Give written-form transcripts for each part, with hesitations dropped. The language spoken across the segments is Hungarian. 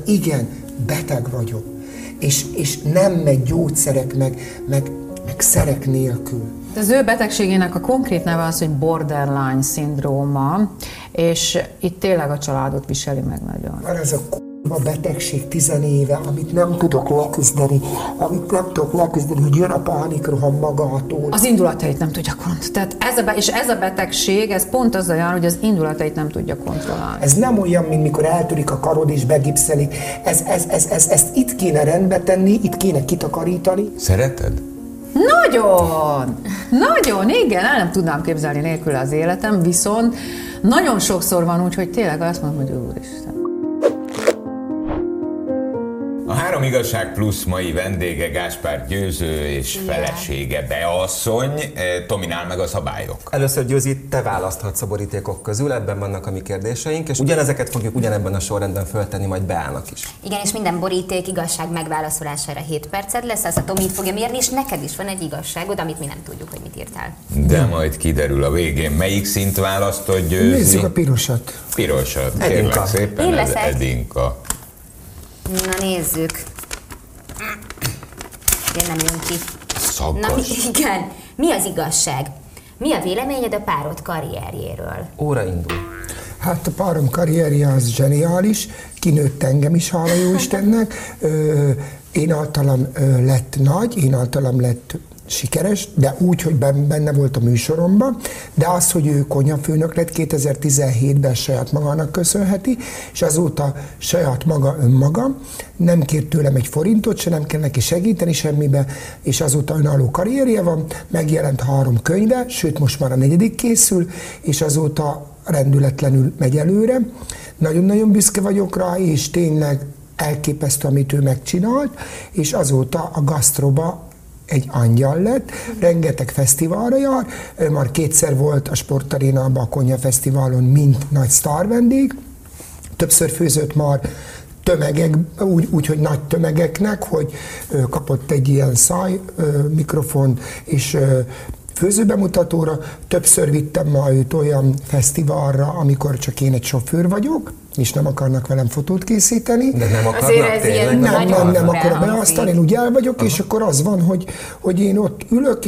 igen, beteg vagyok. És nem megy gyógyszerek, meg szerek nélkül. Az ő betegségének a konkrét neve az, hogy borderline szindróma, és itt tényleg a családot viseli meg nagyon. Van ez a betegség 10 éve, amit nem tudok leküzdeni, hogy jön a pánikroham magától. Az indulatait nem tudja kontrollálni. Tehát ez a betegség, ez pont azzal jár, hogy az indulatait nem tudja kontrollálni. Ez nem olyan, mint mikor eltörik a karod és begipszelik. Ezt itt kéne rendbe tenni, itt kéne kitakarítani. Szereted? Nagyon, igen, el nem tudnám képzelni nélkül az életem, viszont nagyon sokszor van úgy, hogy tényleg azt mondom, hogy úristen. A 3 igazság plusz mai vendége Gáspár Győző és felesége Beasszony. Tominál meg a szabályok. Először Győzi, te választhatsz a borítékok közül, ebben vannak a mi kérdéseink, és ugyanezeket fogjuk ugyanebben a sorrendben föltenni majd Beának is. Igen, és minden boríték igazság megválaszolására 7 perced lesz, azt a Tomi fogja mérni, és neked is van egy igazságod, amit mi nem tudjuk, hogy mit írtál. De majd kiderül a végén. Melyik szint választod, Győzi? Nézzük a pirosat. Pirosat, Edinka. kérlek szépen, Én ez leszek. Edinka. Na nézzük. Én nem jön ki. Na Szaggas. igen, mi az igazság? Mi a véleményed a párod karrierjéről? Óra indul. Hát a párom karrierje az zseniális, kinőtt engem is, hála jó Istennek. Én általam lett nagy, én általam lett sikeres, de úgy, hogy benne volt a műsoromban, de az, hogy ő konyhafőnök lett 2017-ben saját magának köszönheti, és azóta saját maga önmaga, nem kért tőlem egy forintot, se nem kell neki segíteni semmibe, és azóta önálló karrierje van, megjelent 3 könyve, sőt most már a 4. készül, és azóta rendületlenül megy előre. Nagyon-nagyon büszke vagyok rá, és tényleg elképesztő, amit ő megcsinált, és azóta a gasztroba egy angyal lett, rengeteg fesztiválra jár, már 2-szer volt a Sportarénában a Konyha Fesztiválon, mint nagy sztárvendég, többször főzött már tömegek, úgy, hogy nagy tömegeknek, hogy kapott egy ilyen mikrofont, és főzőbemutatóra, többször vittem ma őt olyan fesztiválra, amikor csak én egy sofőr vagyok, és nem akarnak velem fotót készíteni. De nem akarnak Azért ez tényleg? ilyen Nem akarok felhangzik. beasztani, én úgy el vagyok, és akkor az van, hogy én ott ülök,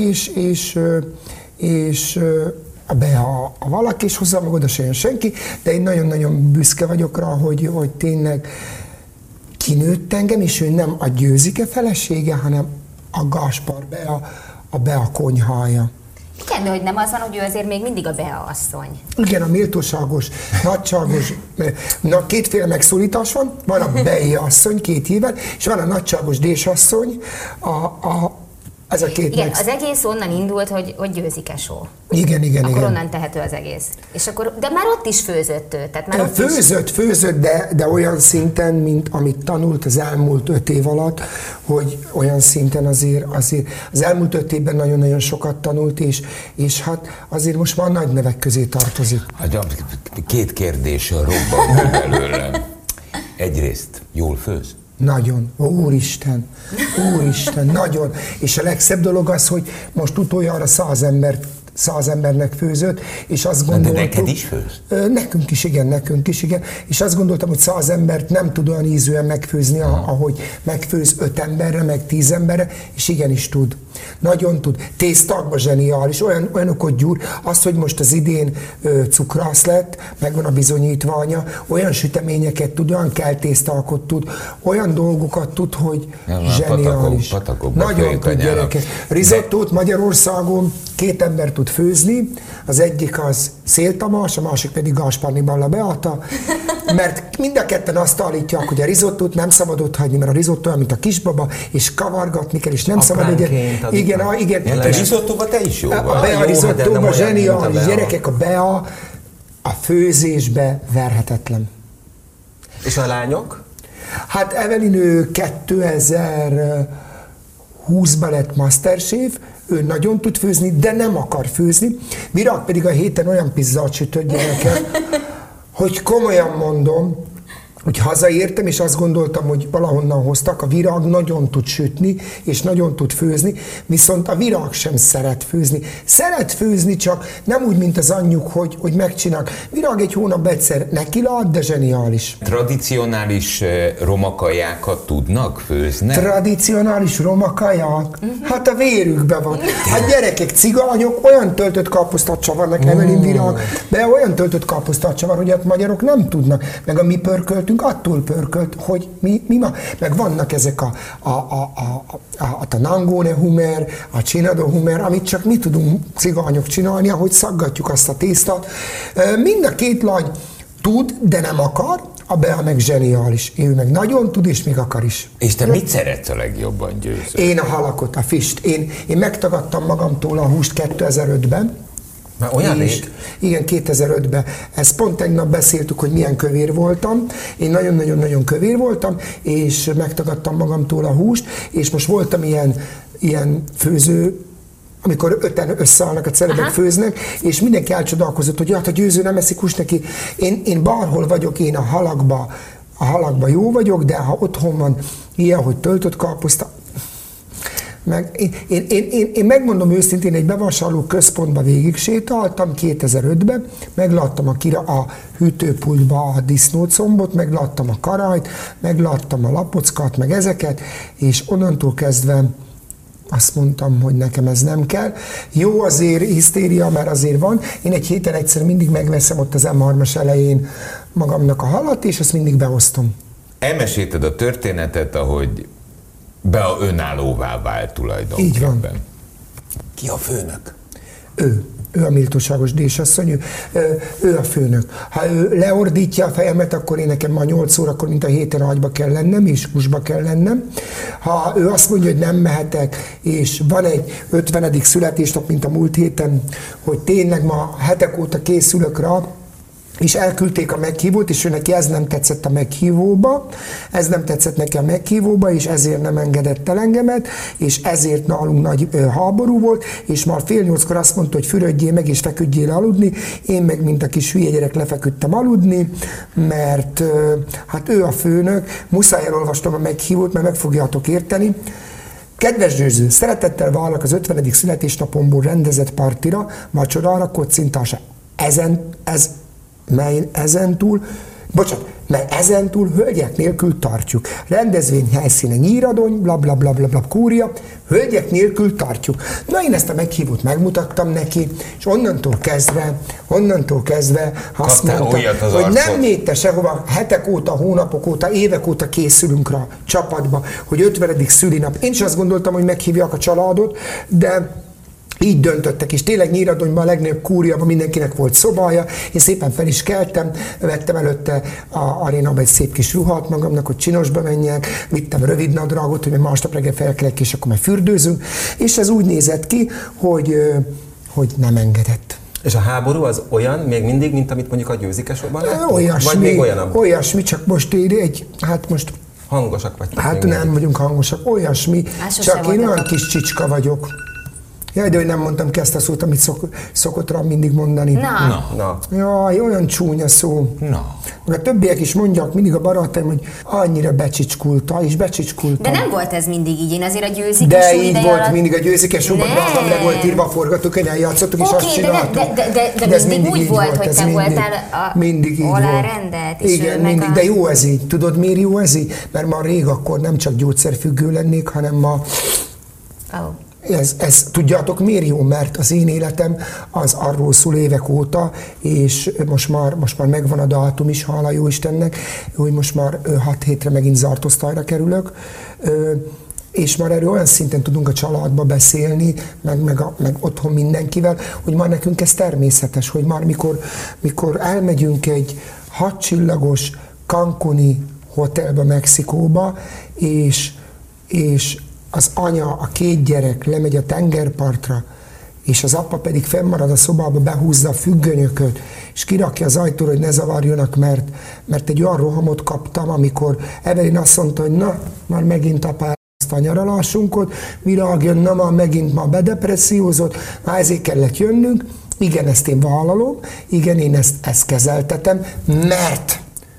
és a Bea a valaki, és hozzá meg oda se jön senki, de én nagyon-nagyon büszke vagyok rá, hogy tényleg kinőtt engem, és ő nem a Győzike felesége, hanem a Gáspár Bea, a Bea konyhája. Igen, de hogy nem az van, hogy ő azért még mindig a Bea asszony. Igen, a méltóságos, nagyságos, kétféle megszólítás van a Bea asszony 2 évvel, és van a nagyságos désasszony, ez a 2 Igen, az egész onnan indult, hogy Győzike show. Igen. Akkor onnan tehető az egész. És akkor, de már ott is főzött ő. Tehát már ott Főzött, de olyan szinten, mint amit tanult az elmúlt 5 év alatt, hogy olyan szinten azért az elmúlt 5 évben nagyon-nagyon sokat tanult, és hát azért most már nagy nevek közé tartozik. 2 kérdés robban ki belőlem. Egyrészt, jól főz? Nagyon. Úristen, nagyon. És a legszebb dolog az, hogy most utoljára 100 embernek főzött, és azt gondoltuk... De neked is főz? Nekünk is, igen. És azt gondoltam, hogy 100 embert nem tud olyan ízűen megfőzni, ahogy megfőz 5 emberre, meg 10 emberre, és igenis tud. Nagyon tud. Tésztákban zseniális, olyanokot gyúr. Az, hogy most az idén cukrász lett, megvan a bizonyítványa, olyan süteményeket tud, olyan keltésztákot tud, olyan dolgokat tud, hogy zseniális. Nagyon tud, gyerekek. Risottót Magyarországon 2 ember tud főzni, az egyik az Szél Tamás, a másik pedig Gáspárné Balla Beata, mert mind a ketten azt állítják, hogy a risottót nem szabad ott hagyni, mert a risottó olyan, mint a kisbaba, és kavargatni kell, és nem szabad egyet. Igen. A risottóban te is jó vagy. A Bea risottóban zseniális, gyerekek, a Bea a főzésbe verhetetlen. És a lányok? Hát Evelyn, ő 2020-ban lett Masterchef, ő nagyon tud főzni, de nem akar főzni. Virág pedig a héten olyan pizzát sütött, gyerekek, hogy komolyan mondom, hogy hazaértem, és azt gondoltam, hogy valahonnan hoztak, a virág nagyon tud sütni, és nagyon tud főzni, viszont a virág sem szeret főzni. Szeret főzni, csak nem úgy, mint az anyjuk, hogy megcsinál. Virág egy hónap egyszer neki lát, de zseniális. Tradicionális roma kajákat tudnak főzni? Tradicionális roma kaják? Hát a vérükben van. Hát gyerekek, cigányok olyan töltött káposztát csavarnak, Evelyn virág, de olyan töltött káposztát csavar, hogy a magyarok nem tudnak. Meg a mi pörköltünk attól pörkölt, hogy mi ma. Meg vannak ezek a nangone humer, a csinado humer, amit csak mi tudunk cigányok csinálni, ahogy szaggatjuk azt a tésztát. Mind a két lány tud, de nem akar, a Bea meg zseniális. Ő meg nagyon tud, és még akar is. És te mit szeretsz a legjobban, Győző? Én a halakot, a fist. Én megtagadtam magamtól a húst 2005-ben. Már olyan rég? Igen, 2005-ben. Ezt pont tegnap beszéltük, hogy milyen kövér voltam. Én nagyon-nagyon-nagyon kövér voltam, és megtagadtam magamtól a húst, és most voltam ilyen főző, amikor 5-en összeállnak a celebek főznek, és mindenki elcsodálkozott, hogy hát a Győző nem eszik húst neki. Én bárhol vagyok, én a halakba jó vagyok, de ha otthon van ilyen, hogy töltött káposzta, meg én megmondom őszintén, egy bevásárló központba végig sétáltam 2005-ben, megláttam a hűtőpultba a disznócombot, megláttam a karajt, megláttam a lapockát, meg ezeket, és onnantól kezdve azt mondtam, hogy nekem ez nem kell. Jó azért hisztéria, mert azért van. Én egy héten egyszer mindig megveszem ott az M3-as elején magamnak a halat, és azt mindig behoztam. Elmesélted a történetet, ahogy Bea önállóvá vált tulajdonképpen. Így van. Ki a főnök? Ő a méltóságos désasszony, ő a főnök. Ha ő leordítja a fejemet, akkor én nekem ma 8 órakor, mint a héten agyba kell lennem, és húsba kell lennem. Ha ő azt mondja, hogy nem mehetek, és van egy 50. születésnap, mint a múlt héten, hogy tényleg ma hetek óta készülök rá, és elküldték a meghívót, és ő neki ez nem tetszett a meghívóba, ez nem tetszett neki a meghívóba, és ezért nem engedett el engemet, és ezért nálunk nagy háború volt, és már 7:30-kor azt mondta, hogy fürödjél meg, és feküdjél aludni, én meg, mint a kis hülye gyerek lefeküdtem aludni, mert hát ő a főnök, muszáj elolvastam a meghívót, mert meg fogjátok érteni. Kedves Győző, szeretettel várlak az 50. születésnapomból rendezett partira, vacsorára, kocintásra. Mely ezentúl hölgyek nélkül tartjuk. Rendezvény helyszíne Nyíradony, blablabla, kúria, hölgyek nélkül tartjuk. Na, én ezt a meghívót megmutattam neki, és onnantól kezdve azt mondta, hogy nem mégy te sehova, hetek óta, hónapok óta, évek óta készülünk rá csapatba, hogy 50. szülinap. Én is azt gondoltam, hogy meghívják a családot, de így döntöttek, és tényleg Nyíradonyban a legnagyobb kúriában mindenkinek volt szobája, én szépen fel is keltem, vettem előtte a arénába egy szép kis ruhát magamnak, hogy csinosba menjek, vittem rövid nadrágot, hogy másnap reggel felkelek, és akkor már fürdőzünk, és ez úgy nézett ki, hogy nem engedett. És a háború az olyan még mindig, mint amit mondjuk a Győzikesóban láttunk? Olyasmi, vagy még olyanabb? Olyasmi, csak most most hangosak vagytok. Hát nem vagyunk hangosak, olyasmi, csak én olyan kis csicska vagyok. Jaj, de hogy nem mondtam ki ezt a szót, amit szokott rám mindig mondani. Na. Jaj, olyan csúnya szó. A többiek is mondják, mindig a barátaim, hogy annyira becsicskulta, és becsicskultam. De nem volt ez mindig így, én azért a Győzikesó De így ideje volt alatt... mindig a Győzikesóban, rám le volt írva a forgatókönyv, játszottuk, és azt csináltuk. De ez mindig úgy volt, hogy te voltál alárendelt. Igen, mindig, de jó ez így. Tudod, miért jó ez így? Mert ma rég akkor nem csak gyógyszerfüggő lennék, hanem ma... Ez tudjátok miért jó? Mert az én életem az arról szól évek óta, és most már megvan a dátum is, hála jó Istennek, hogy most már 6 hétre megint zárt osztályra kerülök, és már erről olyan szinten tudunk a családba beszélni, meg otthon mindenkivel, hogy már nekünk ez természetes, hogy már mikor elmegyünk egy 6 csillagos Cancuni hotelbe Mexikóba, és az anya, a 2 gyerek lemegy a tengerpartra, és az apa pedig fennmarad a szobába, behúzza a függönyököt, és kirakja az ajtóra, hogy ne zavarjonak, mert egy olyan rohamot kaptam, amikor Evelyn azt mondta, hogy na, már megint apá ezt a nyaralásunkot, Virág jön, na, már megint bedepressziózott, már ezért kellett jönnünk. Igen, ezt én vállalom, igen, én ezt kezeltetem, mert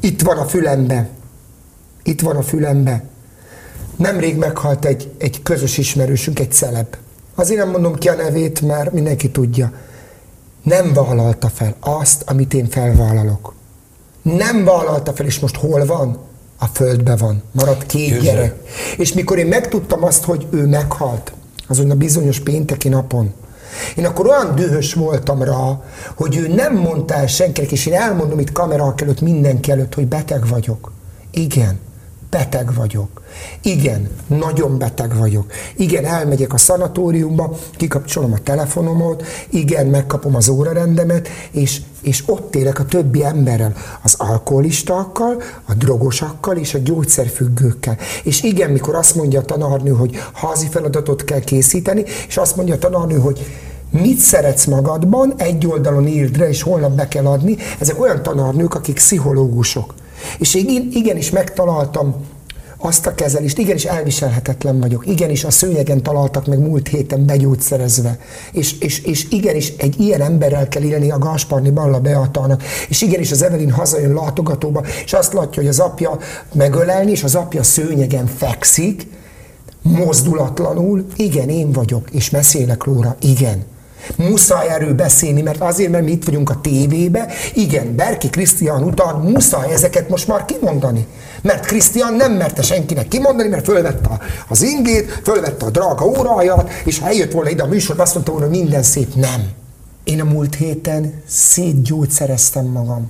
Itt van a fülembe. Itt van a fülembe. Nemrég meghalt egy közös ismerősünk, egy celeb. Azért nem mondom ki a nevét, mert mindenki tudja. Nem vállalta fel azt, amit én felvállalok. Nem vállalta fel, és most hol van? A földbe van. Maradt 2 gyerek. És mikor én megtudtam azt, hogy ő meghalt, azon a bizonyos pénteki napon, én akkor olyan dühös voltam rá, hogy ő nem mondta el senkinek, és én elmondom itt kamerák előtt, mindenki előtt, hogy beteg vagyok. Igen, beteg vagyok. Igen, nagyon beteg vagyok. Igen, elmegyek a szanatóriumba, kikapcsolom a telefonomat, igen, megkapom az órarendemet, és ott élek a többi emberrel, az alkoholistákkal, a drogosakkal és a gyógyszerfüggőkkel. És igen, mikor azt mondja a tanárnő, hogy házi feladatot kell készíteni, és azt mondja a tanárnő, hogy mit szeretsz magadban, egy oldalon írd le, és holnap be kell adni, ezek olyan tanárnők, akik pszichológusok. És igenis megtaláltam azt a kezelést, igenis elviselhetetlen vagyok, igenis a szőnyegen találtak meg múlt héten begyógyszerezve, és igenis egy ilyen emberrel kell élni a Gáspárné Balla Beátának, és igenis az Evelyn hazajön látogatóba, és azt látja, hogy az apja megölelni, és az apja szőnyegen fekszik, mozdulatlanul, igen, én vagyok, és beszélek róla, igen. Muszáj erről beszélni, mert azért, mert mi itt vagyunk a tévébe, igen, Berki Krisztián után muszáj ezeket most már kimondani. Mert Krisztián nem merte senkinek kimondani, mert fölvette az ingét, fölvette a drága óráját, és ha eljött volna ide a műsorba, azt mondta volna, hogy minden szép. Nem. Én a múlt héten szétgyógyszereztem magam.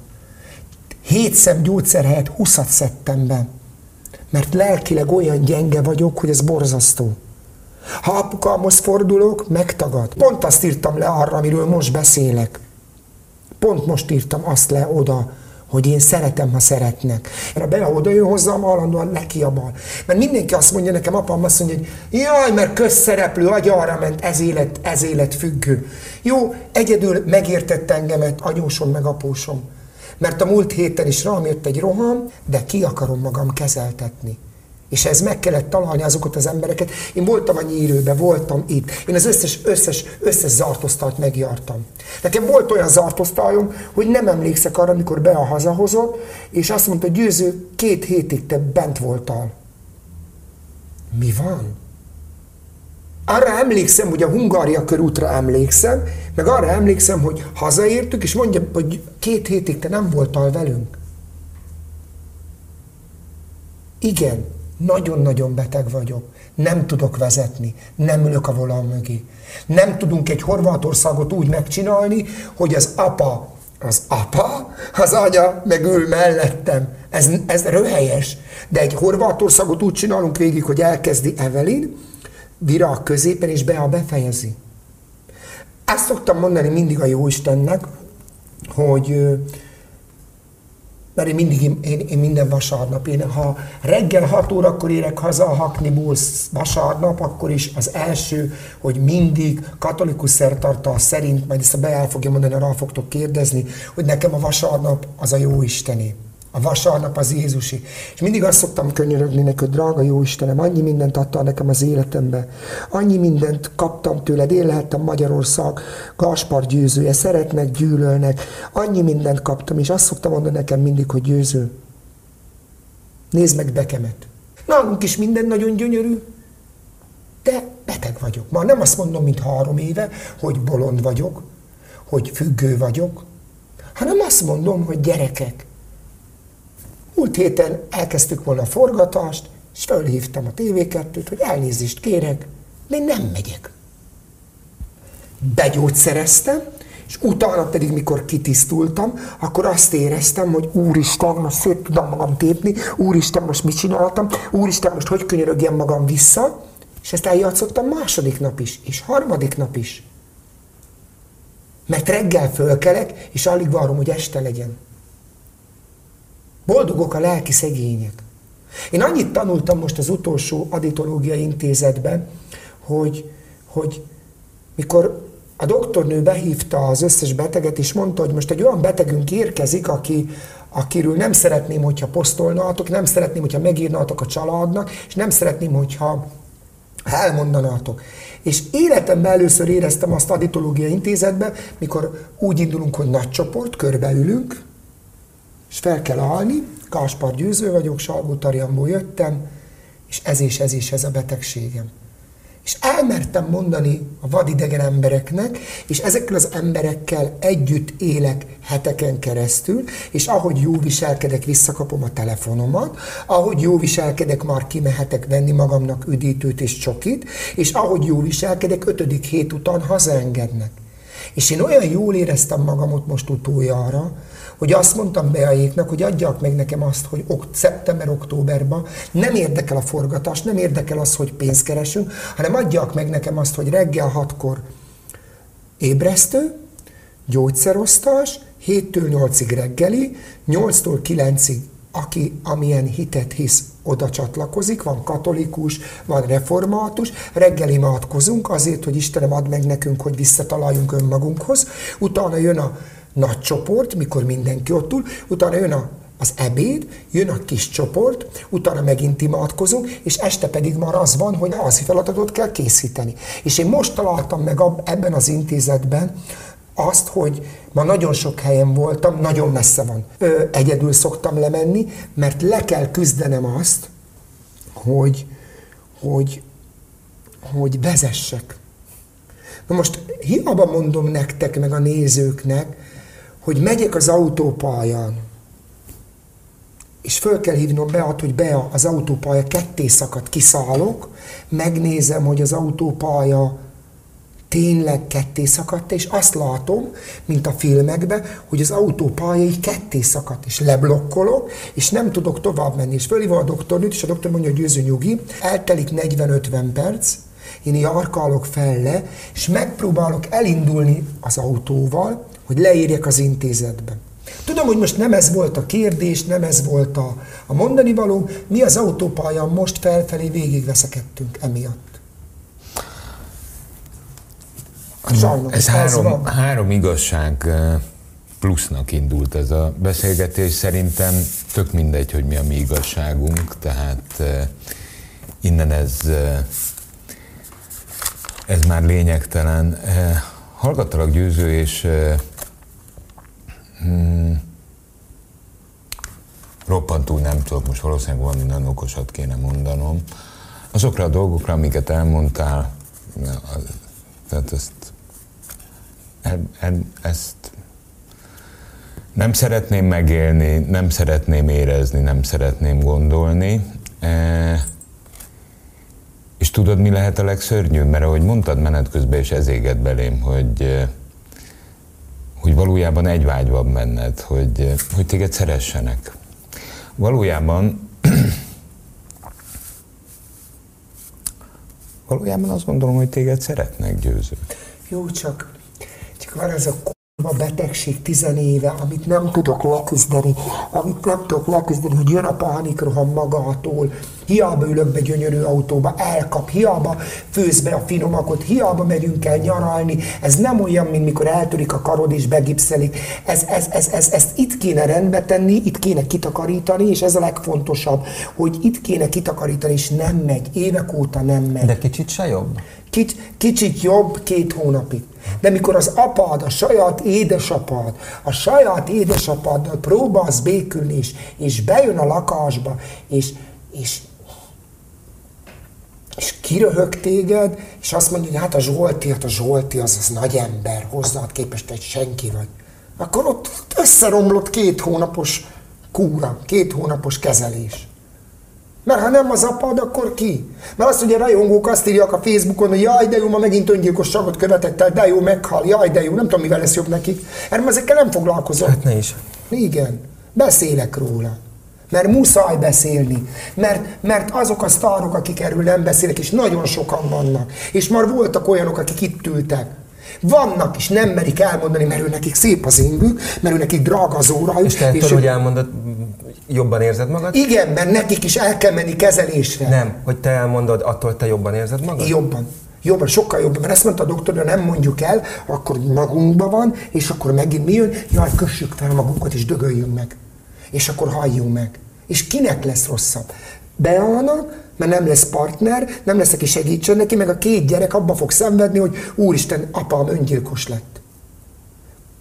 7 szem gyógyszer helyett 20-at szedtem be. Mert lelkileg olyan gyenge vagyok, hogy ez borzasztó. Ha apukámhoz fordulok, megtagad. Pont azt írtam le arra, amiről most beszélek. Pont most írtam azt le oda, hogy én szeretem, ha szeretnek. Mert a Bea oda jön hozzám, állandóan nekiabal. Mert mindenki azt mondja nekem, apám azt mondja, hogy jaj, mert közszereplő, agyára ment, ez élet függő. Jó, egyedül megértett engemet anyósom meg apósom. Mert a múlt héten is rám jött egy roham, de ki akarom magam kezeltetni. És ez meg kellett találni azokat az embereket. Én voltam a Nyírőben, voltam itt. Én az összes zártosztalt megjártam. Nekem volt olyan zártosztályom, hogy nem emlékszek arra, amikor Bea hazahozott, és azt mondta, Győző, 2 hétig te bent voltál. Mi van? Arra emlékszem, hogy a Hungária körútra emlékszem, meg arra emlékszem, hogy hazaértük, és mondja, hogy 2 hétig te nem voltál velünk. Igen, nagyon-nagyon beteg vagyok. Nem tudok vezetni, nem ülök a volán mögé. Nem tudunk egy Horvátországot úgy megcsinálni, hogy az apa, az anya megül mellettem. Ez röhelyes. De egy Horvátországot úgy csinálunk végig, hogy elkezdi Evelyn, Virág középen, és Bea befejezi. Ezt szoktam mondani mindig a Jóistennek, hogy mert én minden vasárnap, ha reggel 6 órakor érek haza a Hackniból vasárnap, akkor is az első, hogy mindig katolikus szertartás szerint, majd ezt a Bea el fogja mondani, rá fogtok kérdezni, hogy nekem a vasárnap az a Jóistené. A vasárnap az Jézusi. És mindig azt szoktam könyörögni neki, hogy drága Jóistenem, annyi mindent adtál nekem az életembe. Annyi mindent kaptam tőled, én lehettem Magyarország Gáspár győzője, szeretnek, gyűlölnek. Annyi mindent kaptam, és azt szoktam mondani nekem mindig, hogy Győző, nézd meg Bekemet. Nálunk is minden nagyon gyönyörű, de beteg vagyok. Már nem azt mondom, mint 3 éve, hogy bolond vagyok, hogy függő vagyok, hanem azt mondom, hogy gyerekek, múlt héten elkezdtük volna a forgatást, és felhívtam a TV2-t, hogy elnézést kérek, de én nem megyek. Begyógyszereztem, és utána pedig, mikor kitisztultam, akkor azt éreztem, hogy Úristen, most szét tudom magam tépni, Úristen, most mit csináltam, Úristen, most hogy könyörögjem magam vissza, és ezt eljátszottam 2. nap is, és 3. nap is. Mert reggel fölkelek, és alig várom, hogy este legyen. Boldogok a lelki szegények. Én annyit tanultam most az utolsó aditológiai intézetben, hogy mikor a doktornő behívta az összes beteget, és mondta, hogy most egy olyan betegünk érkezik, akiről nem szeretném, hogyha posztolnátok, nem szeretném, hogyha megírnátok a családnak, és nem szeretném, hogyha elmondanátok. És életemben először éreztem azt aditológiai intézetben, mikor úgy indulunk, hogy nagy csoport, körbeülünk, és fel kell alni, Gáspár Győző vagyok, Salgótarjánból jöttem, és ez a betegségem. És elmertem mondani a vadidegen embereknek, és ezekkel az emberekkel együtt élek heteken keresztül, és ahogy jó viselkedek, visszakapom a telefonomat, ahogy jó viselkedek, már kimehetek venni magamnak üdítőt és csokit, és ahogy jó viselkedek, 5. hét után hazaengednek. És én olyan jól éreztem magamot most utoljára, hogy azt mondtam Beáéknak, hogy adják meg nekem azt, hogy szeptember-októberben nem érdekel a forgatás, nem érdekel az, hogy pénzt keresünk, hanem adják meg nekem azt, hogy reggel 6-kor ébresztő, gyógyszerosztás, 7-től 8-ig reggeli, 8-tól 9-ig aki amilyen hitet hisz, oda csatlakozik, van katolikus, van református, reggel imádkozunk azért, hogy Istenem add meg nekünk, hogy visszataláljunk önmagunkhoz, utána jön a nagy csoport, mikor mindenki ott ül, utána jön az ebéd, jön a kis csoport, utána megint imádkozunk, és este pedig már az van, hogy házi feladatot kell készíteni. És én most találtam meg ebben az intézetben azt, hogy ma nagyon sok helyen voltam, nagyon messze van. Egyedül szoktam lemenni, mert le kell küzdenem azt, hogy vezessek. Na most hiába mondom nektek, meg a nézőknek, hogy megyek az autópályán, és föl kell hívnom Beát, hogy Bea, az autópálya ketté szakadt, kiszállok, megnézem, hogy az autópálya tényleg ketté szakadt, és azt látom, mint a filmekben, hogy az autópálya így ketté szakadt, és leblokkolok, és nem tudok tovább menni. És fölhívom a doktornőt, és a doktor mondja, hogy Győző nyugi, eltelik 40-50 perc, én így arkálok fel le, és megpróbálok elindulni az autóval, hogy leérjek az intézetbe. Tudom, hogy most nem ez volt a kérdés, nem ez volt a mondani való, mi az autópályán most felfelé végigveszekedtünk emiatt. Sajnos, ez három igazság plusznak indult ez a beszélgetés. Szerintem tök mindegy, hogy mi a mi igazságunk, tehát innen ez már lényegtelen. Hallgattalak, Győző, és roppantul nem tudok, most valószínűleg valami nagyon okosat kéne mondanom. Azokra a dolgokra, amiket elmondtál, tehát ezt nem szeretném megélni, nem szeretném érezni, nem szeretném gondolni. És tudod, mi lehet a legszörnyűbb? Mert ahogy mondtad menet közben, és ez égett belém, hogy valójában egy vágy van benned, hogy téged szeressenek. Valójában azt gondolom, hogy téged szeretnek, Győző. Jó, csak van ez a betegség 10 éve, amit nem tudok leküzdeni, hogy jön a pánikroham magától, hiába ülök be gyönyörű autóba, elkap, hiába főz be a finomakot, hiába megyünk el nyaralni, ez nem olyan, mint mikor eltörik a karod és begipszelik, ezt itt kéne rendbe tenni, itt kéne kitakarítani, és ez a legfontosabb, hogy itt kéne kitakarítani, és nem megy, évek óta nem megy. De kicsit se jobb? Kicsit jobb 2 hónapig. De mikor az apád, a saját édesapáddal próbálsz békülni, és bejön a lakásba, és kiröhög téged, és azt mondja, hogy hát a Zsolti az nagy ember, hozzád képest egy senki vagy. Akkor ott összeromlott 2 hónapos kúra, 2 hónapos kezelés. Mert ha nem az apád, akkor ki? Mert azt ugye rajongók azt írják a Facebookon, hogy jaj, de jó, ma megint öngyilkosságot követett el, de jó, meghal, jaj, de jó, nem tudom, mivel lesz jobb nekik. Mert ezekkel nem foglalkozom. Hát ne is. Igen, beszélek róla. Mert muszáj beszélni. Mert azok a sztárok, akik erről nem beszélek, és nagyon sokan vannak. És már voltak olyanok, akik itt ültek. Vannak, és nem merik elmondani, mert ő nekik szép az ingük, mert ő nekik drága az óra. És te ettől, hogy elmondod, jobban érzed magad? Igen, mert nekik is el kell menni kezelésre. Nem, hogy te elmondod, attól te jobban érzed magad? Jobban, sokkal jobban. Mert ezt mondta a doktor, hogy nem mondjuk el, akkor magunkban van, és akkor megint mi jön? Jaj, kössük fel magunkat, és dögöljünk meg. És akkor halljunk meg. És kinek lesz rosszabb? Beállnak, mert nem lesz partner, nem lesz, aki segítsen neki, meg a 2 gyerek abba fog szenvedni, hogy úristen, apám öngyilkos lett.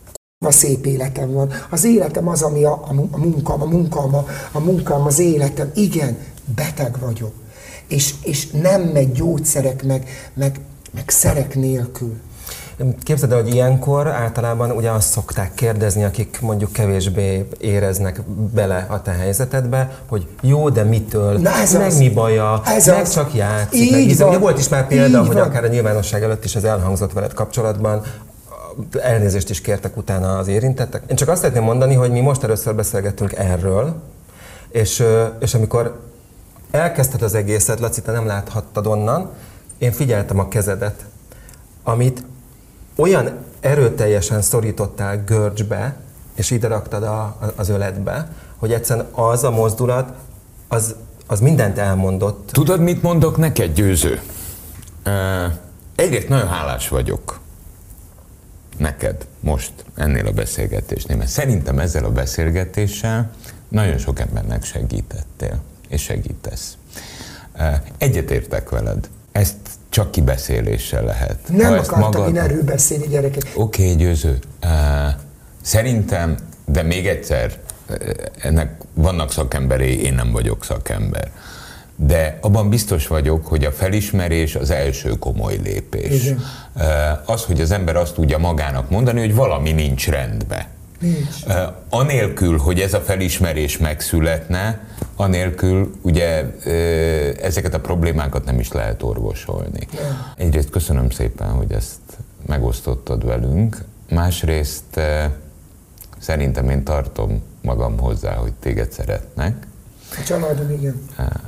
szép életem van. Az életem az, ami a munkám, az életem. Igen, beteg vagyok. És nem megy gyógyszerek, meg szerek nélkül. Képzeld el, hogy ilyenkor általában ugye azt szokták kérdezni, akik mondjuk kevésbé éreznek bele a te helyzetedbe, hogy jó, de mitől, mi baja, meg csak játszik. Ugye volt is már példa, hogy akár a nyilvánosság előtt is ez elhangzott veled kapcsolatban, elnézést is kértek utána az érintettek. Én csak azt szeretném mondani, hogy mi most először beszélgettünk erről, és amikor elkezdted az egészet, Laci, te nem láthattad onnan, én figyeltem a kezedet, amit olyan erőteljesen szorítottál görcsbe, és ide raktad az öletbe, hogy egyszerűen az a mozdulat, az mindent elmondott. Tudod, mit mondok neked, Győző? Egyrészt nagyon hálás vagyok neked most ennél a beszélgetésnél, mert szerintem ezzel a beszélgetéssel nagyon sok embernek segítettél, és segítesz. Egyetértek veled. Ezt csak kibeszéléssel lehet. Nem akartam én erről beszélni, gyerekek. Oké, Győző. Szerintem, de még egyszer, ennek vannak szakemberei, én nem vagyok szakember. De abban biztos vagyok, hogy a felismerés az első komoly lépés. Igen. Az, hogy az ember azt tudja magának mondani, hogy valami nincs rendben. Anélkül, hogy ez a felismerés megszületne, anélkül ugye ezeket a problémákat nem is lehet orvosolni. Egyrészt köszönöm szépen, hogy ezt megosztottad velünk, másrészt szerintem én tartom magam hozzá, hogy téged szeretnek. A családom, igen.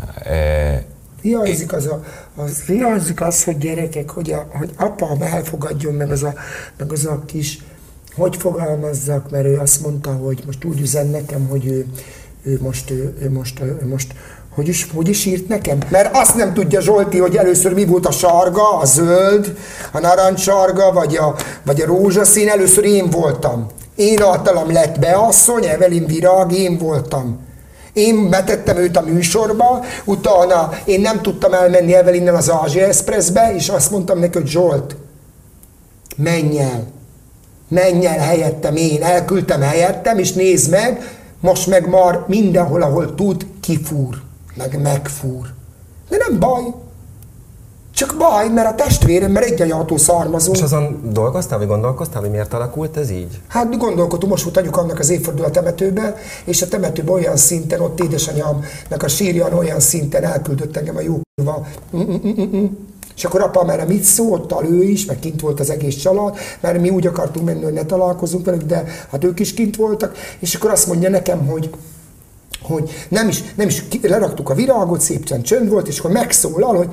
Hiányzik az, hogy gyerekek, hogy apám elfogadjon, meg az a kis, hogy fogalmazzak, mert ő azt mondta, hogy most úgy üzen nekem, hogy ő most hogy is írt nekem? Mert azt nem tudja Zsolti, hogy először mi volt a sarga, a zöld, a narancssarga, vagy a rózsaszín, először én voltam. Én általam lett beasszony, Evelyn Virág, én voltam. Én betettem őt a műsorba, utána én nem tudtam elmenni Evelynnel az Ázsia Expressbe, és azt mondtam neki, hogy Zsolt, menj el helyettem, én elküldtem helyettem, és nézd meg, most meg már mindenhol, ahol tud, kifúr, meg megfúr. De nem baj. Csak baj, mert a testvérem, mert egyenjától származunk. És azon dolgoztál, vagy gondolkoztál, hogy miért alakult ez így? Hát gondolkodtunk, most volt anyukámnak az évforduló a temetőben, és a temetőben olyan szinten, ott édesanyámnak a sírján olyan szinten elküldött engem a jókulva. És akkor apám erre mit szóltál, ő is, meg kint volt az egész család, mert mi úgy akartunk menni, hogy ne találkozunk velük, de hát ők is kint voltak, és akkor azt mondja nekem, hogy nem is leraktuk a virágot, szépen csönd volt, és akkor megszólal, hogy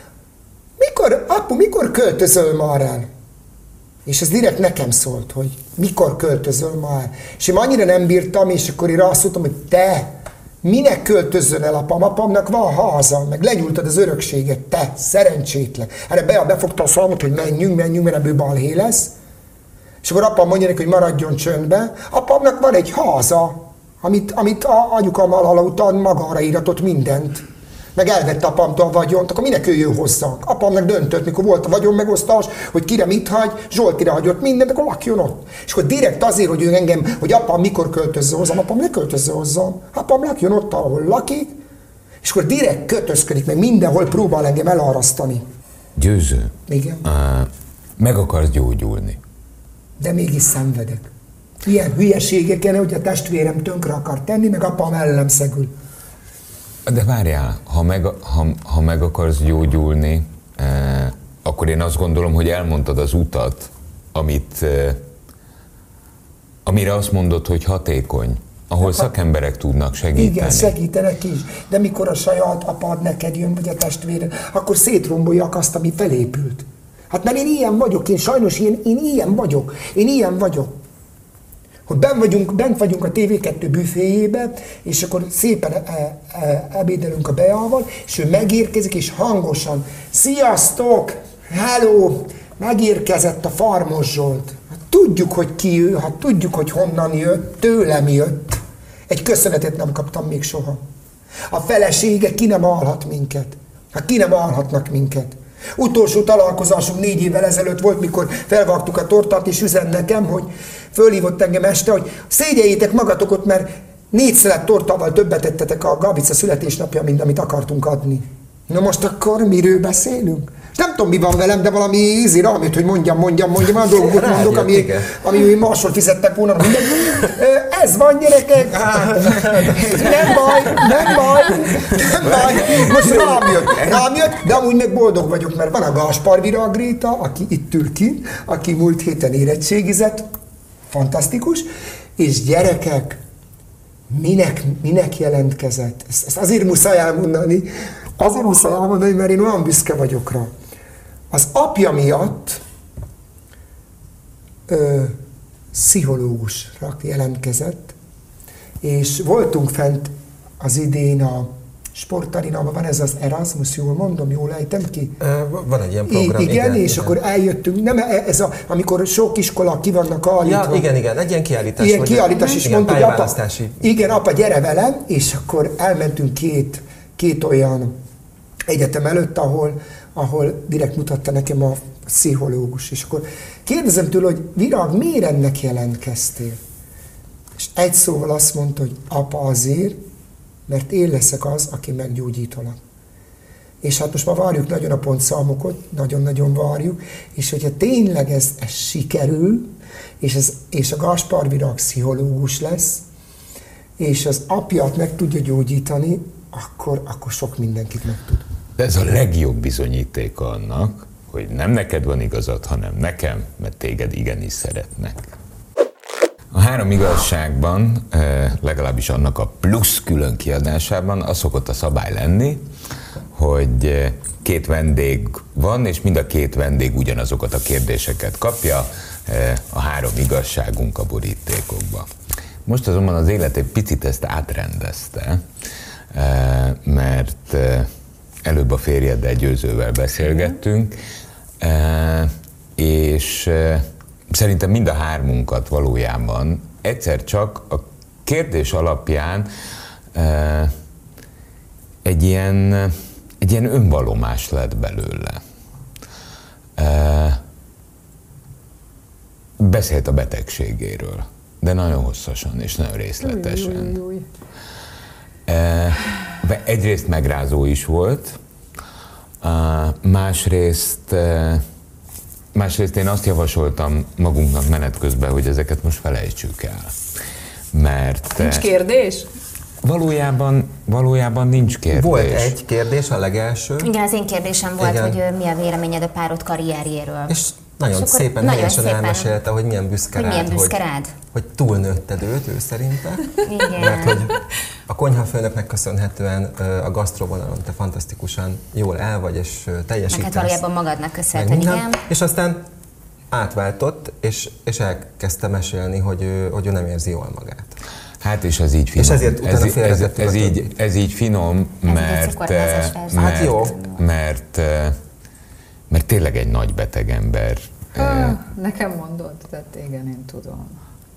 mikor költözöl már el? És ez direkt nekem szólt, hogy mikor költözöl már el. És én annyira nem bírtam, és akkor én azt mondtam, hogy te, minek költözzön el apám? Apámnak van háza, meg legyújtad az örökséget, te, szerencsétlen. Erre befogta a szalmot, hogy menjünk, mert ebből balhé lesz. És akkor apám mondja neki, hogy maradjon csöndbe. Apámnak van egy háza, amit anyukámmal hala után magára íratott mindent. Meg elvette apámtól a vagyont, akkor minek jöjjön hozzánk? Apámnak döntött, mikor volt a vagyonmegosztás, hogy kire mit hagy, Zsoltira hagyott mindent, akkor lakjon ott. És akkor direkt azért, hogy ő engem, hogy apám mikor költözze hozzám, apám ne költözze hozzám, apám lakjon ott, ahol lakik, és akkor direkt kötözködik, meg mindenhol próbál engem elárasztani. Győző. Igen. Meg akarsz gyógyulni. De mégis szenvedek. Ilyen hülyeségeken, hogy a testvérem tönkre akar tenni, meg apám ellen szegül. De várjál, ha meg akarsz gyógyulni, akkor én azt gondolom, hogy elmondtad az utat, amire azt mondod, hogy hatékony, ahol szakemberek tudnak segíteni. Igen, segítenek is, de mikor a saját apád neked jön, vagy a testvéred, akkor szétromboljak azt, ami felépült. Hát mert én ilyen vagyok, én ilyen vagyok. Hogy bent vagyunk a TV2 büféjébe, és akkor szépen ebédelünk a Beával, és ő megérkezik, és hangosan, sziasztok, hello, megérkezett a Farmos Zsolt. Hát tudjuk, hogy ki ő, hát tudjuk, hogy honnan jött, tőlem jött. Egy köszönetet nem kaptam még soha. A felesége ki nem állhat minket. Hát ki nem állhatnak minket. Utolsó találkozásunk 4 évvel ezelőtt volt, mikor felvágtuk a tortát, és üzen nekem, hogy fölhívott engem este, hogy szégyeljétek magatokat, mert 4 szelet tortával többet tettetek a Gábica születésnapja, mint amit akartunk adni. Na most akkor miről beszélünk? Nem tudom, mi van velem, de valami rámjött, hogy mondjam, olyan dolgokat mondok, ami másról fizettek volna. Ez van, gyerekek! Hát, nem baj. Most rám jött, de amúgy meg boldog vagyok, mert van a Gáspár Virág Gréta, aki itt ül ki, aki múlt héten érettségizett, fantasztikus, és gyerekek, minek jelentkezett? Ezt azért muszáj elmondani, mert én olyan büszke vagyok rá. Az apja miatt pszichológusra jelentkezett, és voltunk fent az idén a sportarinában, van ez az Erasmus, jól mondom, jól ejtem ki? Van egy ilyen program, igen. És akkor eljöttünk, nem ez amikor sok iskola ki vannak állítva. Ja, igen, egy ilyen kiállítás. Ilyen kiállítás is mondtuk, hogy apa, gyere velem, és akkor elmentünk két olyan egyetem előtt, ahol direkt mutatta nekem a pszichológus. És akkor kérdezem tőle, hogy Virág, miért ennek jelentkeztél? És egy szóval azt mondta, hogy apa, azért, mert én leszek az, aki meggyógyítalak. És hát most már várjuk nagyon a pontszámokat, nagyon-nagyon várjuk, és hogyha tényleg ez sikerül, és a Gáspár Virág pszichológus lesz, és az apját meg tudja gyógyítani, akkor sok mindenkit meg tud. De ez a legjobb bizonyítéka annak, hogy nem neked van igazad, hanem nekem, mert téged igenis szeretnek. A 3 igazságban, legalábbis annak a plusz külön kiadásában az szokott a szabály lenni, hogy 2 vendég van, és mind a 2 vendég ugyanazokat a kérdéseket kapja, a 3 igazságunk a borítékokba. Most azonban az élet egy picit ezt átrendezte, mert előbb a férjeddel Győzővel beszélgettünk, és szerintem mind a 3-unkat valójában egyszer csak a kérdés alapján egy ilyen önvallomás lett belőle. Beszélt a betegségéről, de nagyon hosszasan és nagyon részletesen. Egyrészt megrázó is volt, másrészt én azt javasoltam magunknak menet közben, hogy ezeket most felejtsük el. Mert nincs kérdés? Valójában nincs kérdés. Volt egy kérdés, a legelső. Igen, az én kérdésem volt, hogy mi a véleményed a párod karrierjéről. És nagyon szépen, helyesen elmesélte, hogy milyen büszke rád, hogy túlnőtted őt, ő szerinte. Igen. Mert hogy a konyhafőnöknek köszönhetően a gasztrovonalon te fantasztikusan jól el vagy, és teljesítesz. Hát valójában magadnak köszönhetően, igen. És aztán átváltott, és elkezdte mesélni, hogy ő nem érzi jól magát. Hát és ez így finom. És ezért utána félretettük ez így finom, mert tényleg egy nagy beteg ember. Nekem mondod, tehát igen, én tudom.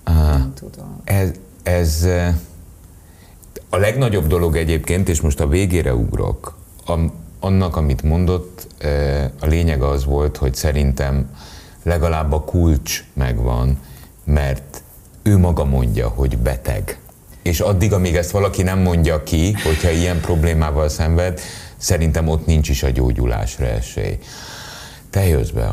Ez a legnagyobb dolog egyébként, és most a végére ugrok, annak, amit mondott, a lényeg az volt, hogy szerintem legalább a kulcs megvan, mert ő maga mondja, hogy beteg. És addig, amíg ezt valaki nem mondja ki, hogyha ilyen problémával szenved, szerintem ott nincs is a gyógyulásra esély. Te jössz be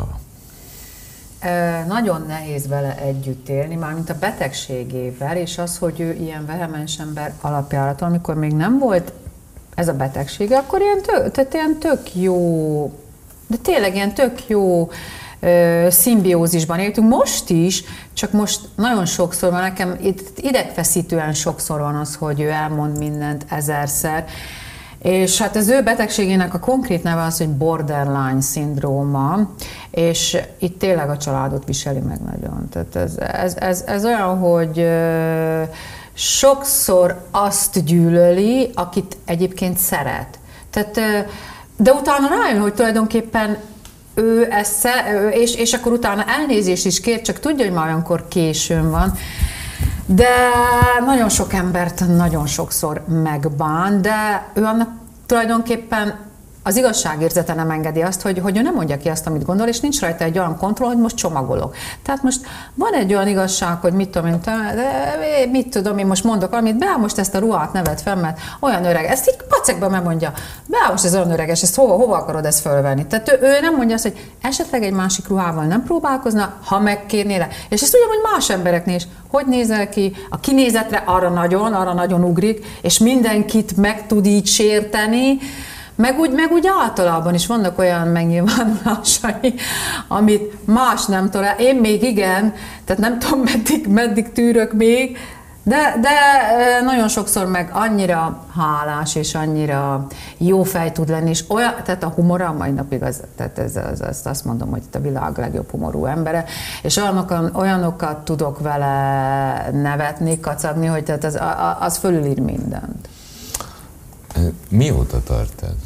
Nagyon nehéz vele együtt élni, mármint a betegségével, és az, hogy ő ilyen vehemens ember alapjáraton, amikor még nem volt ez a betegsége, akkor ilyen tök jó, de tényleg ilyen tök jó szimbiózisban éltünk most is, csak most nagyon sokszor van, nekem idegfeszítően sokszor van az, hogy ő elmond mindent 1000-szer, és hát az ő betegségének a konkrét neve az, hogy borderline szindróma, és itt tényleg a családot viseli meg nagyon. Tehát ez olyan, hogy sokszor azt gyűlöli, akit egyébként szeret. Tehát, de utána rájön, hogy tulajdonképpen ő ezt, és akkor utána elnézést is kér, csak tudja, hogy már olyankor későn van. De nagyon sok embert nagyon sokszor megbán, de ő annak tulajdonképpen az igazságérzete nem engedi azt, hogy ő nem mondja ki azt, amit gondol, és nincs rajta egy olyan kontroll, hogy most csomagolok. Tehát most van egy olyan igazság, hogy mit tudom én most mondok valamit, Beá, most ezt a ruhát nevet fel, mert olyan öreg, ezt így pacekban megmondja, Beá, most ez olyan öreges, ezt hova akarod ezt fölvenni? Tehát ő nem mondja azt, hogy esetleg egy másik ruhával nem próbálkozna, ha megkérné le. És ezt ugyanúgy más embereknél is. Hogy nézel ki? A kinézetre arra nagyon ugrik, és mindenkit meg tud így sérteni, meg úgy általában is vannak olyan megnyilvánulásai, amit más nem tolál. Én még igen, tehát nem tudom, meddig tűrök még, de nagyon sokszor meg annyira hálás, és annyira jó fej tud lenni, és olyan, tehát a humora mai napig azt mondom, hogy a világ legjobb humorú embere, és olyanokat tudok vele nevetni, kacagni, hogy tehát az fölülír mindent. Mióta tart ez?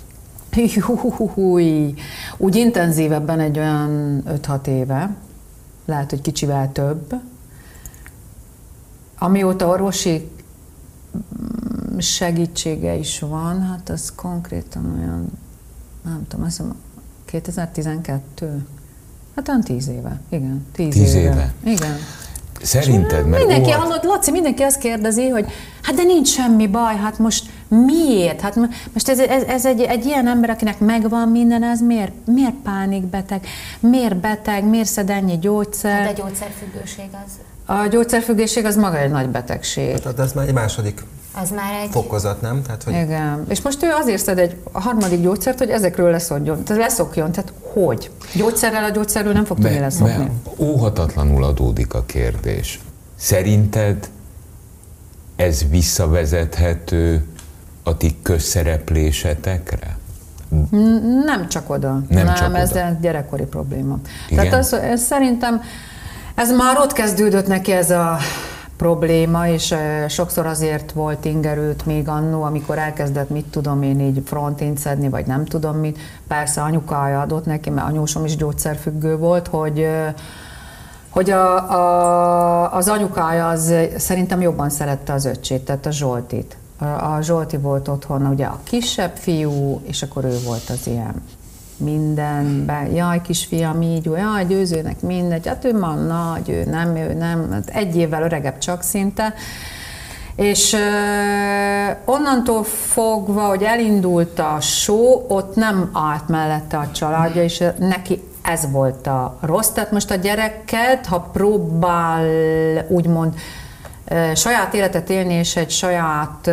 Úgy intenzívebben egy olyan 5-6 éve, lehet, hogy kicsivel több. Amióta orvosi segítsége is van, hát az konkrétan olyan, nem tudom, azt hiszem 2012. Hát olyan 10 éve, igen. 10 éve? Igen. Szerinted? Mindenki, hallod, Laci, mindenki azt kérdezi, hogy hát de nincs semmi baj, hát most miért? Hát most ez egy ilyen ember, akinek megvan minden, ez miért pánikbeteg? Miért beteg? Miért szed ennyi gyógyszer? Hát a gyógyszerfüggőség az... A gyógyszerfüggőség az maga egy nagy betegség. Hát ez már egy második fokozat, nem? Tehát, hogy... Igen. És most ő azért szed a harmadik gyógyszert, hogy ezekről leszokjon. Tehát hogy? Gyógyszerrel a gyógyszerről nem fog tudni leszokni. Óhatatlanul adódik a kérdés. Szerinted ez visszavezethető a ti közszereplésetekre? Nem csak oda. Nem, ez egy gyerekkori probléma. Igen? Tehát ez szerintem ez már ott kezdődött neki ez a probléma, és sokszor azért volt ingerült még annó, amikor elkezdett, mit tudom én, így frontint szedni, vagy nem tudom mit. Persze anyukája adott neki, mert anyósom is gyógyszerfüggő volt, hogy az anyukája az szerintem jobban szerette az öccsét, tehát a Zsoltit. A Zsolti volt otthon ugye a kisebb fiú, és akkor ő volt az ilyen mindenben, jaj kisfiam így, jaj Győzőnek mindegy, hát ő már nagy, ő nem, hát 1 évvel öregebb csak szinte, és onnantól fogva, hogy elindult a show, ott nem állt mellette a családja, és neki ez volt a rossz, tehát most a gyereket, ha próbál úgymond saját életet élni, és egy saját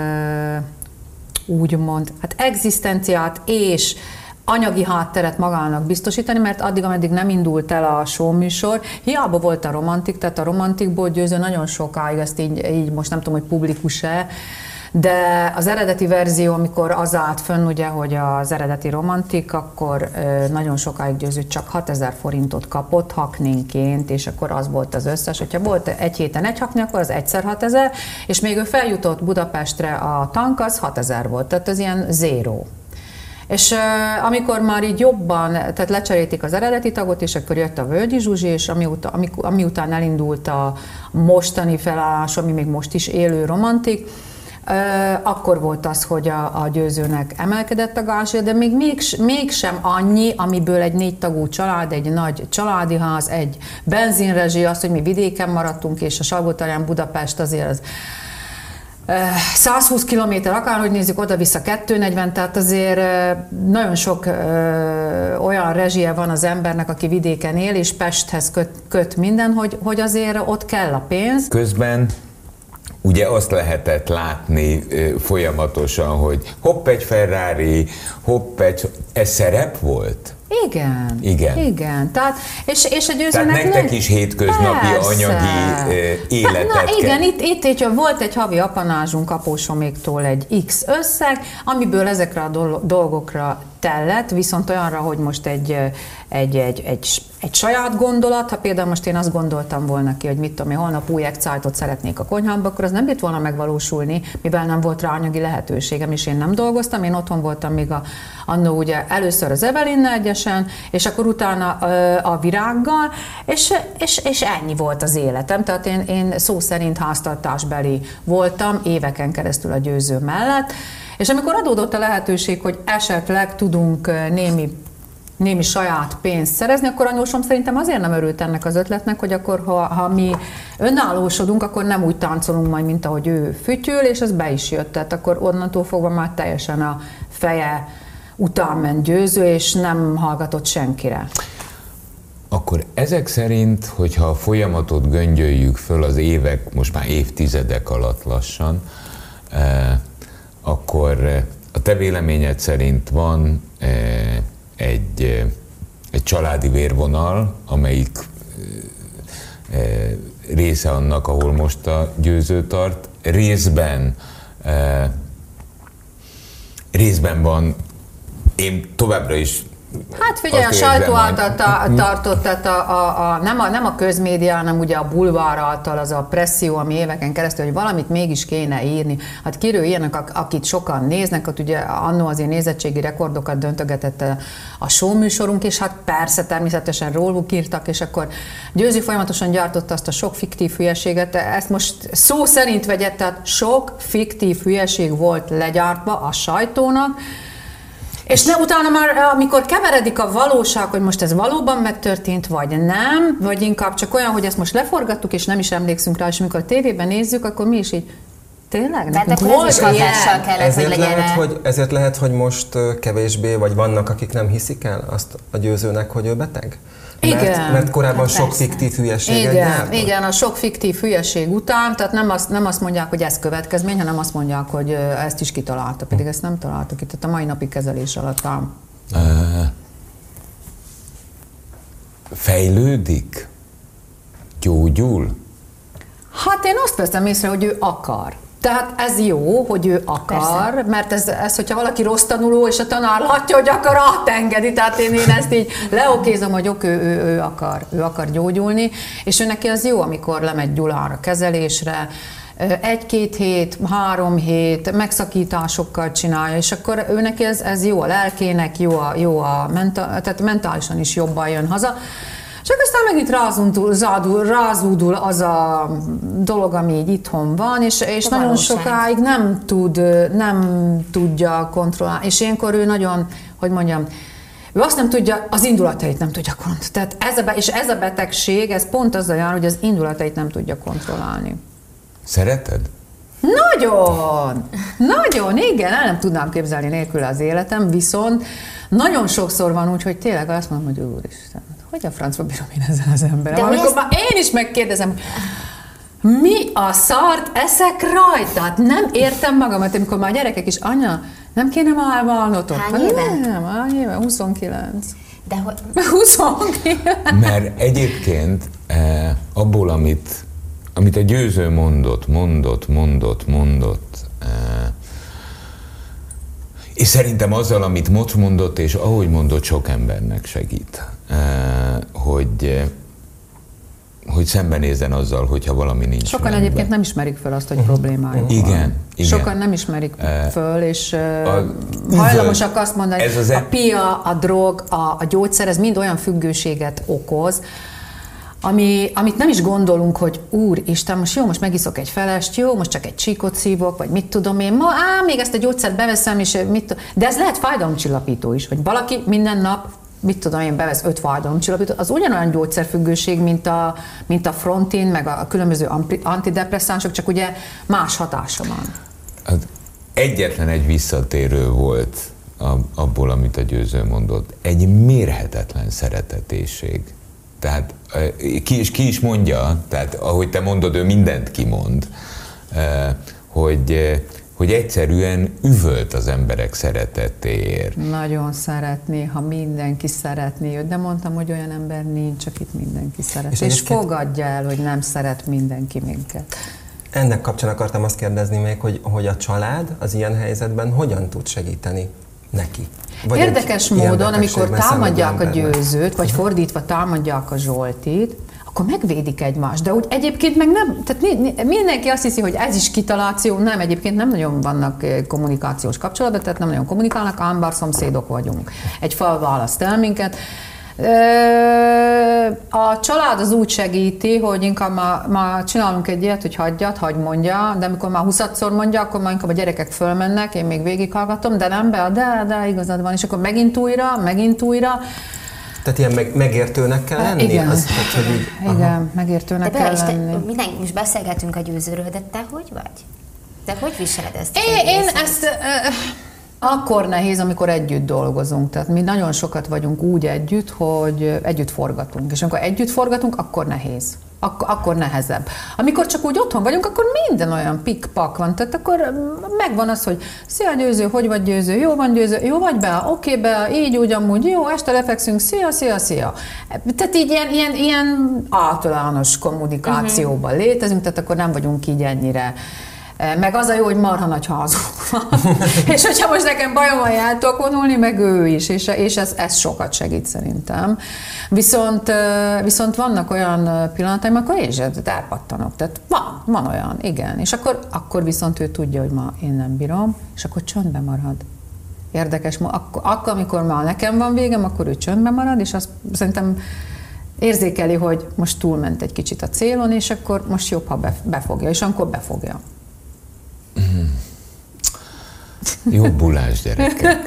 úgymond, hát egzisztenciát és anyagi hátteret magának biztosítani, mert addig, ameddig nem indult el a showműsor, hiába volt a romantik, tehát a romantikból Győző nagyon sokáig, ezt így most nem tudom, hogy publikus-e, de az eredeti verzió, amikor az állt fönn, ugye, hogy az eredeti romantik, akkor nagyon sokáig Győző csak 6000 forintot kapott haknénként, és akkor az volt az összes. Hogyha volt egy héten egy hakni, akkor az egyszer 6000, és még ő feljutott Budapestre, a tank az 6000 volt, tehát az ilyen zéró. És amikor már így jobban, tehát lecserélték az eredeti tagot, és akkor jött a Völgyi Zsuzsi, és amiután elindult a mostani felállás, ami még most is élő romantik, akkor volt az, hogy a Győzőnek emelkedett a gázsja, de még mégsem annyi, amiből egy 4 tagú család, egy nagy családi ház, egy benzinrezsi, az, hogy mi vidéken maradtunk, és a Salgótarján Budapest azért az 120 kilométer, akárhogy nézzük, oda-vissza 240, tehát azért nagyon sok olyan rezsie van az embernek, aki vidéken él, és Pesthez köt minden, hogy azért ott kell a pénz. Közben ugye azt lehetett látni folyamatosan, hogy hopp egy Ferrari, hopp egy... Ez szerep volt? Igen. Tehát, és a Győzőnek... Tehát nektek is hétköznapi anyagi életet igen, itt volt egy havi apanázsunk Apósoméktól egy X összeg, amiből ezekre a dolgokra tellett, viszont olyanra, hogy most egy saját gondolat, ha például most én azt gondoltam volna ki, hogy mit tudom én, holnap új Excite-ot szeretnék a konyhámba, akkor az nem bírt volna megvalósulni, mivel nem volt rá anyagi lehetőségem, és én nem dolgoztam, én otthon voltam még annó ugye először az Evelinnel egyesen, és akkor utána a Virággal, és ennyi volt az életem, tehát én szó szerint háztartásbeli voltam éveken keresztül a Győző mellett, És amikor adódott a lehetőség, hogy esetleg tudunk némi saját pénzt szerezni, akkor anyósom szerintem azért nem örült ennek az ötletnek, hogy akkor ha mi önállósodunk, akkor nem úgy táncolunk majd, mint ahogy ő fütyül, és ez be is jött. Tehát akkor onnantól fogva már teljesen a feje után ment Győző, és nem hallgatott senkire. Akkor ezek szerint, hogyha a folyamatot göngyöljük föl az évek, most már évtizedek alatt lassan, akkor a te véleményed szerint van egy családi vérvonal, amelyik része annak, ahol most a Győző tart. Részben van, én továbbra is hát figyelj, a sajtó által tartott, tehát nem a közmédia, hanem ugye a bulvár által az a presszió, ami éveken keresztül, hogy valamit mégis kéne írni. Hát kiről ilyenek, akit sokan néznek, ott ugye annó azért nézettségi rekordokat döntögetett a show műsorunk, és hát persze természetesen róluk írtak, és akkor Győzi folyamatosan gyártotta azt a sok fiktív hülyeséget, ezt most szó szerint vegyett, tehát sok fiktív hülyeség volt legyártva a sajtónak, és utána már, amikor keveredik a valóság, hogy most ez valóban megtörtént, vagy nem, vagy inkább csak olyan, hogy ezt most leforgattuk, és nem is emlékszünk rá, és amikor a tévében nézzük, akkor mi is így, tényleg? De akkor ez is hatással kellett, hogy legyen. Ezért lehet, hogy most kevésbé, vagy vannak, akik nem hiszik el azt a Győzőnek, hogy ő beteg? Mert korábban hát sok fiktív hülyeséget gyártott? Igen, a sok fiktív hülyeség után, tehát nem azt mondják, hogy ez következmény, hanem azt mondják, hogy ezt is kitalálta, pedig ezt nem találtak itt, tehát a mai napi kezelés alatt ám. Fejlődik? Gyógyul? Hát én azt veszem észre, hogy ő akar. Tehát ez jó, hogy ő akar, persze. Mert ez, hogyha valaki rossz tanuló, és a tanár látja, hogy akar, átengedi. Tehát én ezt így leokézom, hogy ő akar gyógyulni, és ő neki az jó, amikor lemegy Gyulára kezelésre, 1-2 hét, 3 hét megszakításokkal csinálja, és akkor ő neki ez jó a lelkének, tehát mentálisan is jobban jön haza. Csak aztán megint rázúdul az a dolog, ami így itthon van, és nagyon sokáig nem tudja kontrollálni. És ilyenkor ő nagyon, hogy mondjam, ő azt nem tudja, az indulatait nem tudja kontrollálni. Tehát ez a betegség, ez pont azzal jár, hogy az indulatait nem tudja kontrollálni. Szereted? Nagyon, igen, el nem tudnám képzelni nélküle az életem, viszont nagyon sokszor van úgy, hogy tényleg azt mondom, hogy úristen, hogy a francba bírom én ezzel az emberrel? Amikor már én is megkérdezem, mi a szart eszek rajta? Nem értem magamat, amikor már a gyerekek is, anya, nem kéne már válnotok? Hány éve? Nem, 29. De hogy? 29. Mert egyébként abból, amit a Győző mondott, és szerintem azzal, amit most mondott, és ahogy mondott, sok embernek segít, hogy szembenézzen azzal, hogyha valami nincs. Sokan egyébként nem ismerik föl azt, hogy problémájuk van. Igen. Sokan nem ismerik föl, és hajlamosak azt mondani, hogy a pia, a drog, a gyógyszer, ez mind olyan függőséget okoz, amit nem is gondolunk, hogy úristen, most megiszok egy felest, jó, most csak egy csíkot szívok, vagy mit tudom én, még ezt a gyógyszert beveszem, és de ez lehet fájdalomcsillapító is, hogy valaki minden nap, mit tudom én, bevesz 5 fájdalomcsillapítót, az ugyanolyan gyógyszerfüggőség, mint a Frontin, meg a különböző antidepresszánsok, csak ugye más hatása van. Egyetlen egy visszatérő volt abból, amit a Győző mondott. Egy mérhetetlen szeretetéség. Tehát ki is mondja, tehát ahogy te mondod, ő mindent kimond, hogy egyszerűen üvölt az emberek szeretetéért. Nagyon szeretné, ha mindenki szeretné őt, de mondtam, hogy olyan ember nincs, akit mindenki szeret. És fogadja el, hogy nem szeret mindenki minket. Ennek kapcsán akartam azt kérdezni még, hogy a család az ilyen helyzetben hogyan tud segíteni neki? Vagy érdekes módon, amikor támadják a Győzőt, vagy fordítva támadják a Zsoltit, akkor megvédik egymást, de úgy egyébként meg nem, tehát mindenki azt hiszi, hogy ez is kitaláció, nem, egyébként nem nagyon vannak kommunikációs kapcsolatban, tehát nem nagyon kommunikálnak, ám bár szomszédok vagyunk. Egy fal választ el minket, A család az úgy segíti, hogy inkább már csinálunk egy ilyet, hogy hagyd mondja, de amikor már 20-szor mondja, akkor már inkább a gyerekek fölmennek, én még végighallgatom, de nem be, de igazad van, és akkor megint újra. Tehát ilyen megértőnek kell lenni? Igen, igen, megértőnek kell lenni. Most beszélgetünk a győzőről, de te hogy vagy? Te hogy viseled ezt? Én ezt... Akkor nehéz, amikor együtt dolgozunk. Tehát mi nagyon sokat vagyunk úgy együtt, hogy együtt forgatunk. És amikor együtt forgatunk, akkor nehéz. Akkor nehezebb. Amikor csak úgy otthon vagyunk, akkor minden olyan pik-pak van. Tehát akkor megvan az, hogy szia Győző, hogy vagy Győző, jó van Győző, jó vagy be, oké be, így úgy amúgy, jó, este lefekszünk, szia. Tehát így ilyen általános kommunikációban létezünk, tehát akkor nem vagyunk így ennyire. Meg az a jó, hogy marha nagy házunk van. És hogyha most nekem bajom van, el tudok vonulni, meg ő is, és ez sokat segít szerintem. Viszont vannak olyan pillanataim, akkor én is elpattanok. Tehát van olyan, igen. És akkor viszont ő tudja, hogy ma én nem bírom, és akkor csöndbe marad. Érdekes, akkor, amikor már nekem van végem, akkor ő csöndbe marad, és azt szerintem érzékeli, hogy most túlment egy kicsit a célon, és akkor most jobb, ha befogja, és akkor befogja. Jobbulás, gyerekek.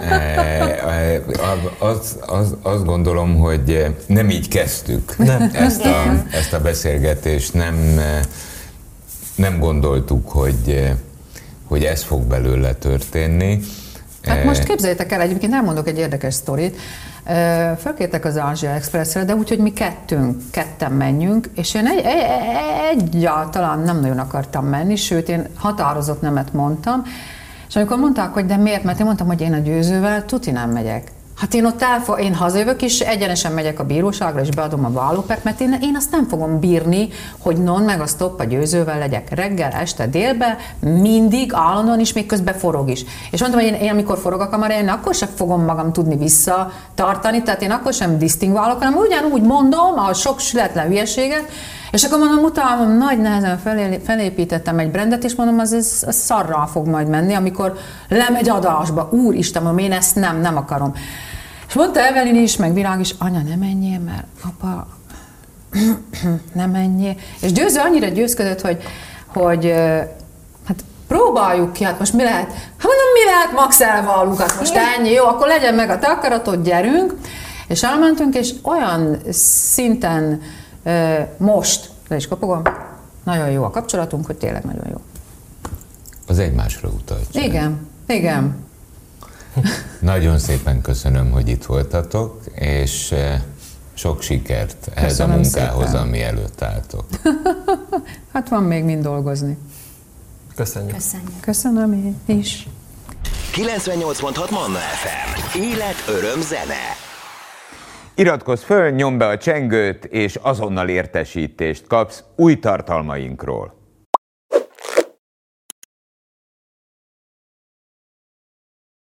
Azt gondolom, hogy nem így kezdtük ezt a beszélgetést, nem gondoltuk, hogy ez fog belőle történni. Hát most képzeljétek el, egyébként elmondok egy érdekes sztorit. Fölkértek az Ázsia Expressre, de úgy, hogy mi ketten menjünk, és én egyáltalán nem nagyon akartam menni, sőt, én határozott nemet mondtam, és amikor mondták, hogy de miért, mert én mondtam, hogy én a Győzővel tuti nem megyek. Hát én ott én hazajövök, és egyenesen megyek a bíróságra, és beadom a vállópert, mert én azt nem fogom bírni, hogy meg a stop a Győzővel legyek reggel, este, délbe, mindig, állandóan is, még közben forog is. És mondtam, hogy én amikor forog a kamera, én akkor sem fogom magam tudni visszatartani, tehát én akkor sem disztingválok, hanem ugyanúgy mondom a sok sületlen hülyeséget, és akkor mondom, utána nagy nehezen felépítettem egy brandet, és mondom, az szarral fog majd menni, amikor lemegy adásba. Úristen, mondom, én ezt nem akarom. És mondta Evelyn is, meg Virág is, anya, ne menjél, mert apa, ne menjél. És Győző annyira győzködött, hogy hát próbáljuk ki, hát most mi lehet? Hát mondom, mi lehet, max elvallunk, hát most ennyi, jó, akkor legyen meg a te akaratod, gyerünk. És elmentünk, és olyan szinten most, le is kapogom, nagyon jó a kapcsolatunk, hogy tényleg nagyon jó. Az egymásra utalt. Igen. Nagyon szépen köszönöm, hogy itt voltatok, és sok sikert ehhez a munkához, szépen. Ami előtt álltok. Hát van még mind dolgozni. Köszönjük. Köszönöm én is. 98.6 Manna FM. Élet, öröm, zene. Iratkozz föl, nyomd be a csengőt, és azonnal értesítést kapsz új tartalmainkról.